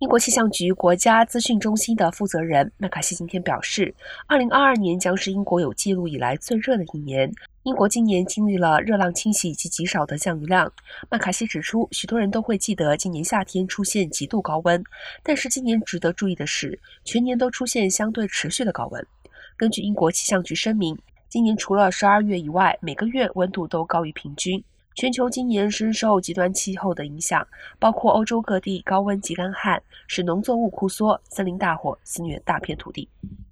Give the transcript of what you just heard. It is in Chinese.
英国气象局国家资讯中心的负责人麦卡锡今天表示，2022年将是英国有记录以来最热的一年。英国今年经历了热浪侵袭以及极少的降雨量。麦卡锡指出，许多人都会记得今年夏天出现极度高温，但是今年值得注意的是，全年都出现相对持续的高温。根据英国气象局声明，今年除了12月以外，每个月温度都高于平均。全球今年深受极端气候的影响，包括欧洲各地高温及干旱，使农作物枯缩、森林大火肆虐大片土地。